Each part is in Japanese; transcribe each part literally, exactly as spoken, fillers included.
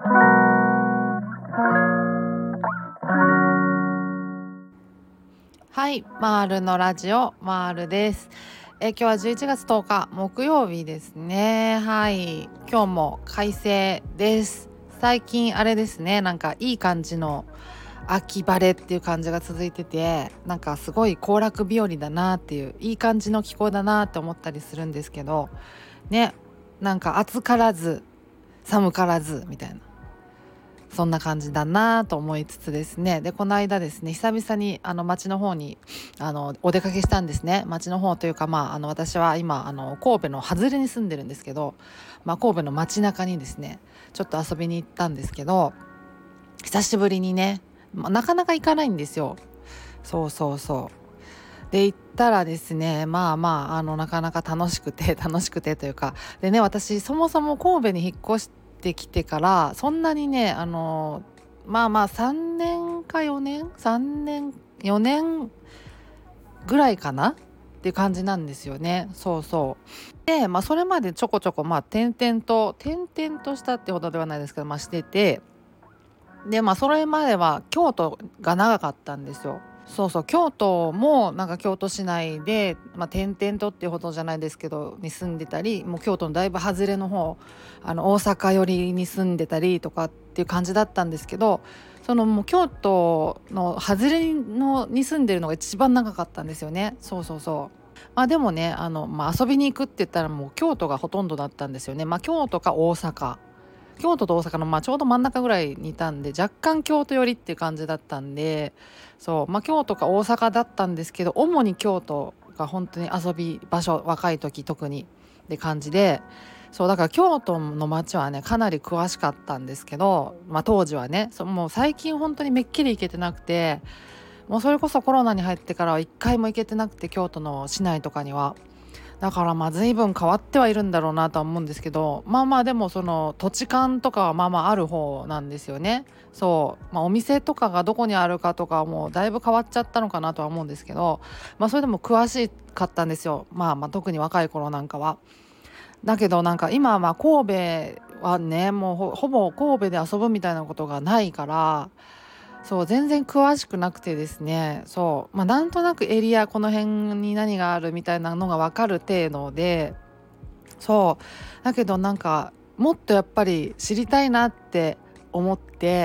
はい、マールのラジオマールです。え今日はじゅういちがつとおか木曜日ですね。はい、今日も快晴です。最近あれですね、なんかいい感じの秋晴れっていう感じが続いてて、なんかすごい行楽日和だなっていう、いい感じの気候だなって思ったりするんですけどね、なんか暑からず寒からずみたいな、そんな感じだなと思いつつですね。でこの間ですね、久々にあの町の方にあのお出かけしたんですね。町の方というか、まあ、あの私は今あの神戸の外れに住んでるんですけど、まあ、神戸の街中にですねちょっと遊びに行ったんですけど、久しぶりにね、まあ、なかなか行かないんですよ。そうそうそうで行ったらですね、まあまああのなかなか楽しくて楽しくてというかでね、私そもそも神戸に引っ越してきてからそんなにね、あのまあまあさんねんかよねんさんねんよねんぐらいかなっていう感じなんですよね。そうそうで、まあそれまでちょこちょこまあ転々と転々としたってほどではないですけど、まあしてて、でまあそれまでは京都が長かったんですよ。そうそう、京都もなんか京都市内で、まあ、転々とっていうほどじゃないですけどに住んでたり、もう京都のだいぶ外れの方、あの大阪寄りに住んでたりとかっていう感じだったんですけど、そのもう京都の外れのに住んでるのが一番長かったんですよね。そうそうそう。まあでもね、あの、まあ、遊びに行くって言ったらもう京都がほとんどだったんですよね。まあ京都か大阪、京都と大阪のまあちょうど真ん中ぐらいにいたんで、若干京都寄りっていう感じだったんで、そうまあ京都か大阪だったんですけど、主に京都が本当に遊び場所、若い時特にって感じで、そうだから京都の街はねかなり詳しかったんですけど、まあ当時はね、そもう最近本当にめっきり行けてなくて、もうそれこそコロナに入ってからは一回も行けてなくて、京都の市内とかには。だからまあ随分変わってはいるんだろうなとは思うんですけど、まあまあでもその土地勘とかはまあまあある方なんですよね。そう、まあ、お店とかがどこにあるかとかはもうだいぶ変わっちゃったのかなとは思うんですけど、まあそれでも詳しかったんですよ。まあまあ特に若い頃なんかは。だけどなんか今はまあ神戸はね、もう ほ, ほぼ神戸で遊ぶみたいなことがないから、そう全然詳しくなくてですね、そうまあなんとなくエリアこの辺に何があるみたいなのが分かる程度で、そうだけどなんかもっとやっぱり知りたいなって思って、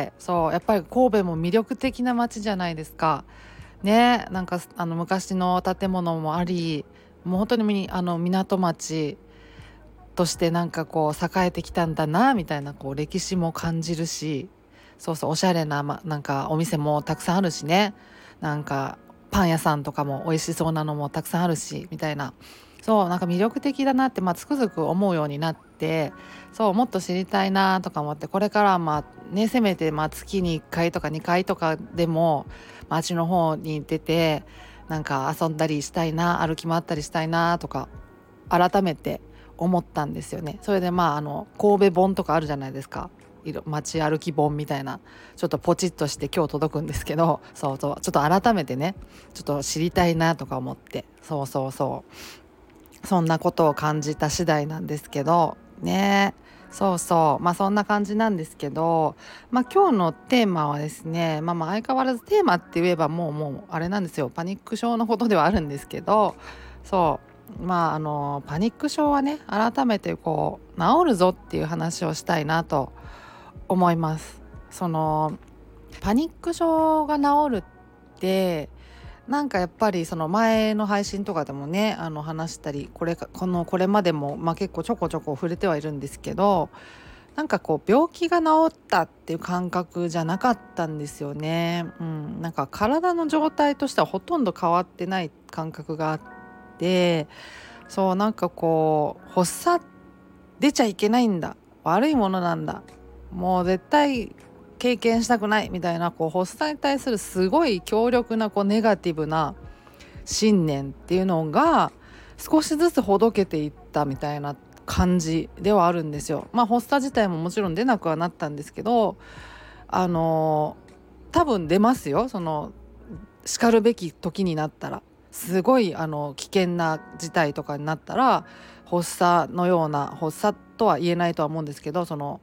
そうやっぱり神戸も魅力的な街じゃないですかね。なんかあの昔の建物もあり、もう本当にあの港町としてなんかこう栄えてきたんだなみたいな、こう歴史も感じるし、そうそうおしゃれな、ま、なんかお店もたくさんあるしね、なんかパン屋さんとかも美味しそうなのもたくさんあるしみたいな、そうなんか魅力的だなって、まあ、つくづく思うようになって、そうもっと知りたいなとか思って、これからはまあね、せめてまあ月にいっかいとかにかいとかでも街の方に出てなんか遊んだりしたいな、歩き回ったりしたいなとか改めて思ったんですよね。それでまああの神戸本とかあるじゃないですか、街歩き本みたいな、ちょっとポチッとして今日届くんですけど、そうそうちょっと改めてねちょっと知りたいなとか思って、そうそうそうそんなことを感じた次第なんですけどね。そうそうまあそんな感じなんですけど、まあ今日のテーマはですね、まあまあ相変わらずテーマって言えばもうもうあれなんですよ、パニック症のことではあるんですけど、そうまああのパニック症はね改めてこう治るぞっていう話をしたいなと思います。そのパニック症が治るってなんかやっぱりその前の配信とかでもねあの話したり、これかこのこれまでも、まあ、結構ちょこちょこ触れてはいるんですけど、なんかこう病気が治ったっていう感覚じゃなかったんですよね。うん、なんか体の状態としてはほとんど変わってない感覚があって、そうなんかこう発作出ちゃいけないんだ、悪いものなんだ、もう絶対経験したくないみたいな、こう発作に対するすごい強力なこうネガティブな信念っていうのが少しずつほどけていったみたいな感じではあるんですよ。まあ発作自体ももちろん出なくはなったんですけど、あの多分出ますよ、その叱るべき時になったら。すごいあの危険な事態とかになったら発作のような、発作とは言えないとは思うんですけど、その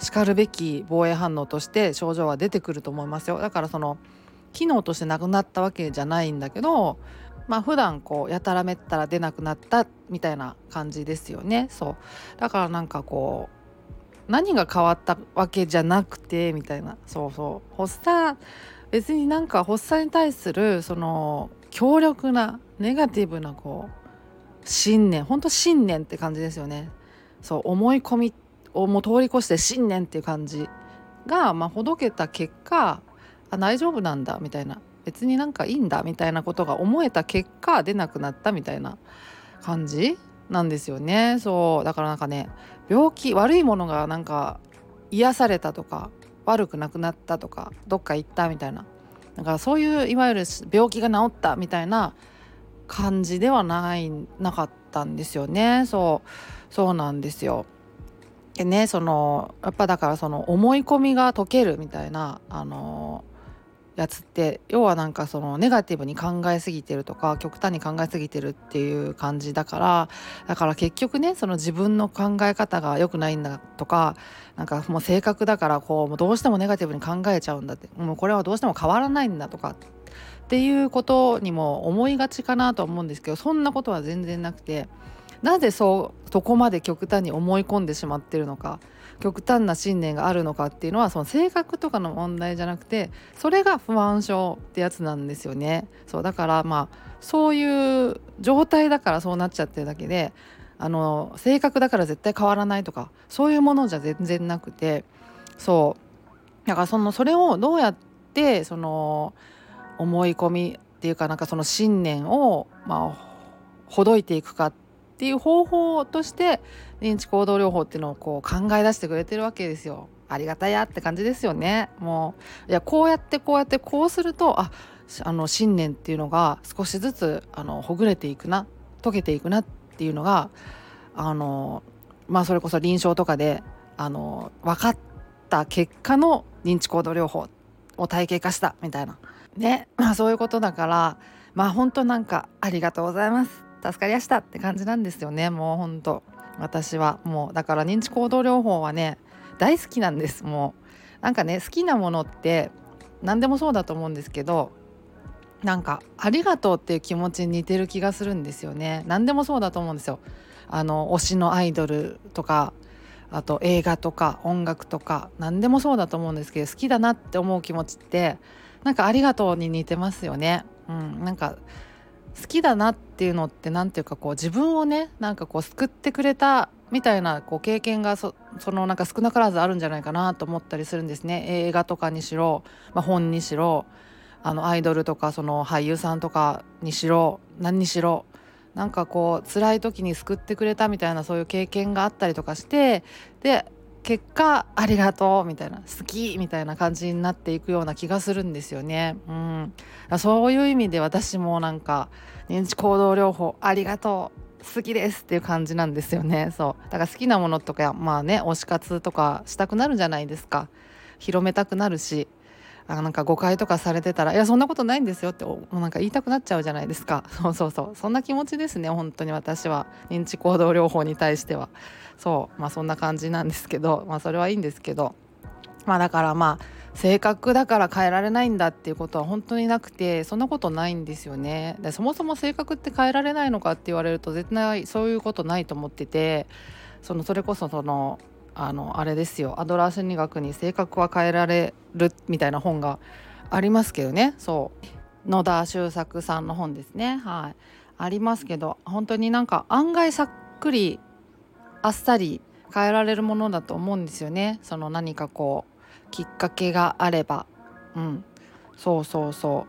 しかるべき防衛反応として症状は出てくると思いますよ。だからその機能としてなくなったわけじゃないんだけど、まあ普段こうやたらめったら出なくなったみたいな感じですよね。そうだからなんかこう何が変わったわけじゃなくてみたいな、そうそう発作、別になんか発作に対するその強力なネガティブなこう信念、本当信念って感じですよね。そう思い込みをもう通り越して信念っていう感じが、まあ、ほどけた結果、あ大丈夫なんだみたいな、別になんかいいんだみたいなことが思えた結果出なくなったみたいな感じなんですよね。そうだからなんかね、病気悪いものがなんか癒されたとか悪くなくなったとかどっか行ったみたいな、だからそういういわゆる病気が治ったみたいな感じではないなかったんですよね。そうそうなんですよ。でね、そのやっぱだからその思い込みが解けるみたいなあのやつって、要はなんかそのネガティブに考えすぎてるとか極端に考えすぎてるっていう感じだから、だから結局ね、その自分の考え方が良くないんだとか、なんかもう性格だからこうもうどうしてもネガティブに考えちゃうんだって、もうこれはどうしても変わらないんだとかっていうことにも思いがちかなと思うんですけど、そんなことは全然なくて、なぜそうそこまで極端に思い込んでしまってるのか、極端な信念があるのかっていうのはその性格とかの問題じゃなくて、それが不安症ってやつなんですよね。そうだからまあそういう状態だからそうなっちゃってるだけで、あの性格だから絶対変わらないとかそういうものじゃ全然なくて、そうだからそのそれをどうやってその思い込みっていうかなんかその信念をまあほどいていくかっていう方法として認知行動療法っていうのをこう考え出してくれてるわけですよ。ありがたやって感じですよね。もういやこうやってこうやってこうするとああの信念っていうのが少しずつあのほぐれていくな、溶けていくなっていうのがあのまあそれこそ臨床とかであの分かった結果の認知行動療法を体系化したみたいなね、まあそういうことだから、まあ本当なんかありがとうございます、助かりやしたって感じなんですよね。もう本当私はもうだから認知行動療法はね大好きなんです。もうなんかね好きなものって何でもそうだと思うんですけど、なんかありがとうっていう気持ちに似てる気がするんですよね。何でもそうだと思うんですよ。あの推しのアイドルとか、あと映画とか音楽とか何でもそうだと思うんですけど、好きだなって思う気持ちってなんかありがとうに似てますよね。うん、なんか好きだなっていうのってなんていうかこう自分をねなんかこう救ってくれたみたいなこう経験がそそのなんか少なからずあるんじゃないかなと思ったりするんですね。映画とかにしろ、まあ、本にしろ、あのアイドルとかその俳優さんとかにしろ何にしろ、なんかこう辛い時に救ってくれたみたいなそういう経験があったりとかして、で結果ありがとうみたいな好きみたいな感じになっていくような気がするんですよね。うん、そういう意味で私もなんか認知行動療法ありがとう好きですっていう感じなんですよね。そうだから好きなものとかまあね推し活とかしたくなるじゃないですか。広めたくなるし、あなんか誤解とかされてたらいやそんなことないんですよってもうなんか言いたくなっちゃうじゃないですか。そうそうそう、そんな気持ちですね本当に私は認知行動療法に対しては。そうまあそんな感じなんですけど、まあそれはいいんですけど、まあだからまあ性格だから変えられないんだっていうことは本当になくて、そんなことないんですよね。でそもそも性格って変えられないのかって言われると絶対そういうことないと思ってて、そのそれこそそのあのあれですよ、アドラー心理学に性格は変えられるみたいな本がありますけどね。そう野田周作さんの本ですね。はいありますけど、本当になんか案外さっくりあっさり変えられるものだと思うんですよね。その何かこうきっかけがあれば。うんそうそうそう。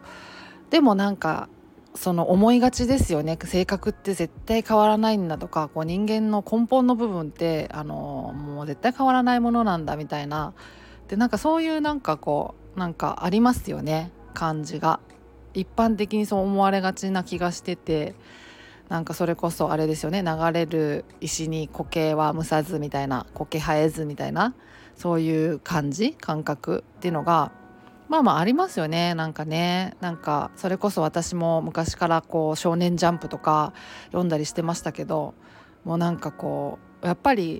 でもなんかその思いがちですよね。性格って絶対変わらないんだとか、こう人間の根本の部分ってあのもう絶対変わらないものなんだみたいな、でなんかそういうなんかこうなんかありますよね感じが。一般的にそう思われがちな気がしてて、なんかそれこそあれですよね、流れる石に苔は蒸さずみたいな、苔生えずみたいな、そういう感じ感覚っていうのがまあまあありますよね。なんかね、なんかそれこそ私も昔からこう少年ジャンプとか読んだりしてましたけど、もうなんかこうやっぱり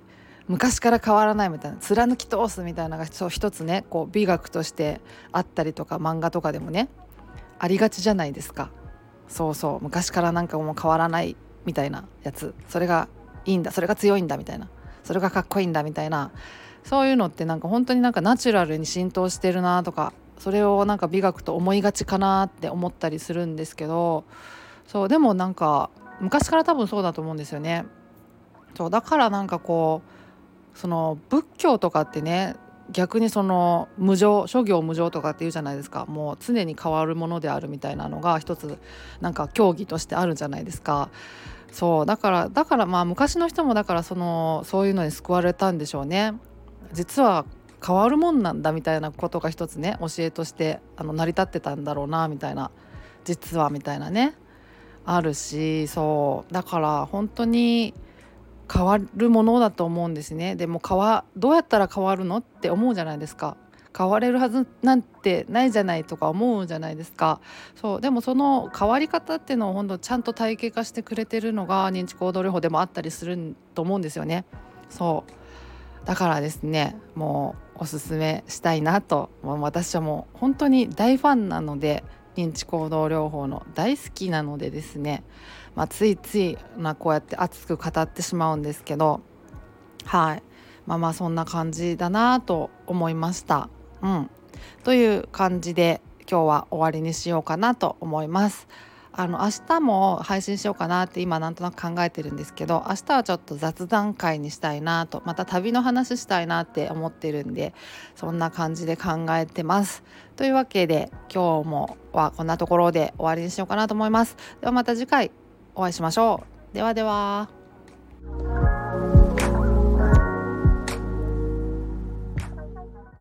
昔から変わらないみたいな、貫き通すみたいなのがそう一つねこう美学としてあったりとか、漫画とかでもねありがちじゃないですか。そうそう、昔からなんかもう変わらないみたいなやつ、それがいいんだ、それが強いんだみたいな、それがかっこいいんだみたいな、そういうのってなんか本当になんかナチュラルに浸透してるなとか、それをなんか美学と思いがちかなって思ったりするんですけど、そうでもなんか昔から多分そうだと思うんですよね。そうだからなんかこうその仏教とかってね、逆にその無常、諸行無常とかって言うじゃないですか。もう常に変わるものであるみたいなのが一つなんか教義としてあるじゃないですか。そうだからだからまあ昔の人もだからそのそういうのに救われたんでしょうね。実は変わるもんなんだみたいなことが一つね教えとしてあの成り立ってたんだろうなみたいな、実はみたいなねあるし、そうだから本当に変わるものだと思うんですね。でも変わどうやったら変わるのって思うじゃないですか。変われるはずなんてないじゃないとか思うじゃないですか。そうでもその変わり方っていうのを本当ちゃんと体系化してくれてるのが認知行動療法でもあったりすると思うんですよね。そうだからですね、もうおすすめしたいなと、もう私はもう本当に大ファンなので、認知行動療法の大好きなのでですね、まあ、ついつい、まあ、こうやって熱く語ってしまうんですけど、はいまあまあそんな感じだなと思いました。うん、という感じで今日は終わりにしようかなと思います。あの明日も配信しようかなって今なんとなく考えてるんですけど、明日はちょっと雑談会にしたいなと、また旅の話したいなって思ってるんで、そんな感じで考えてます。というわけで今日もはこんなところで終わりにしようかなと思います。ではまた次回お会いしましょう。ではでは。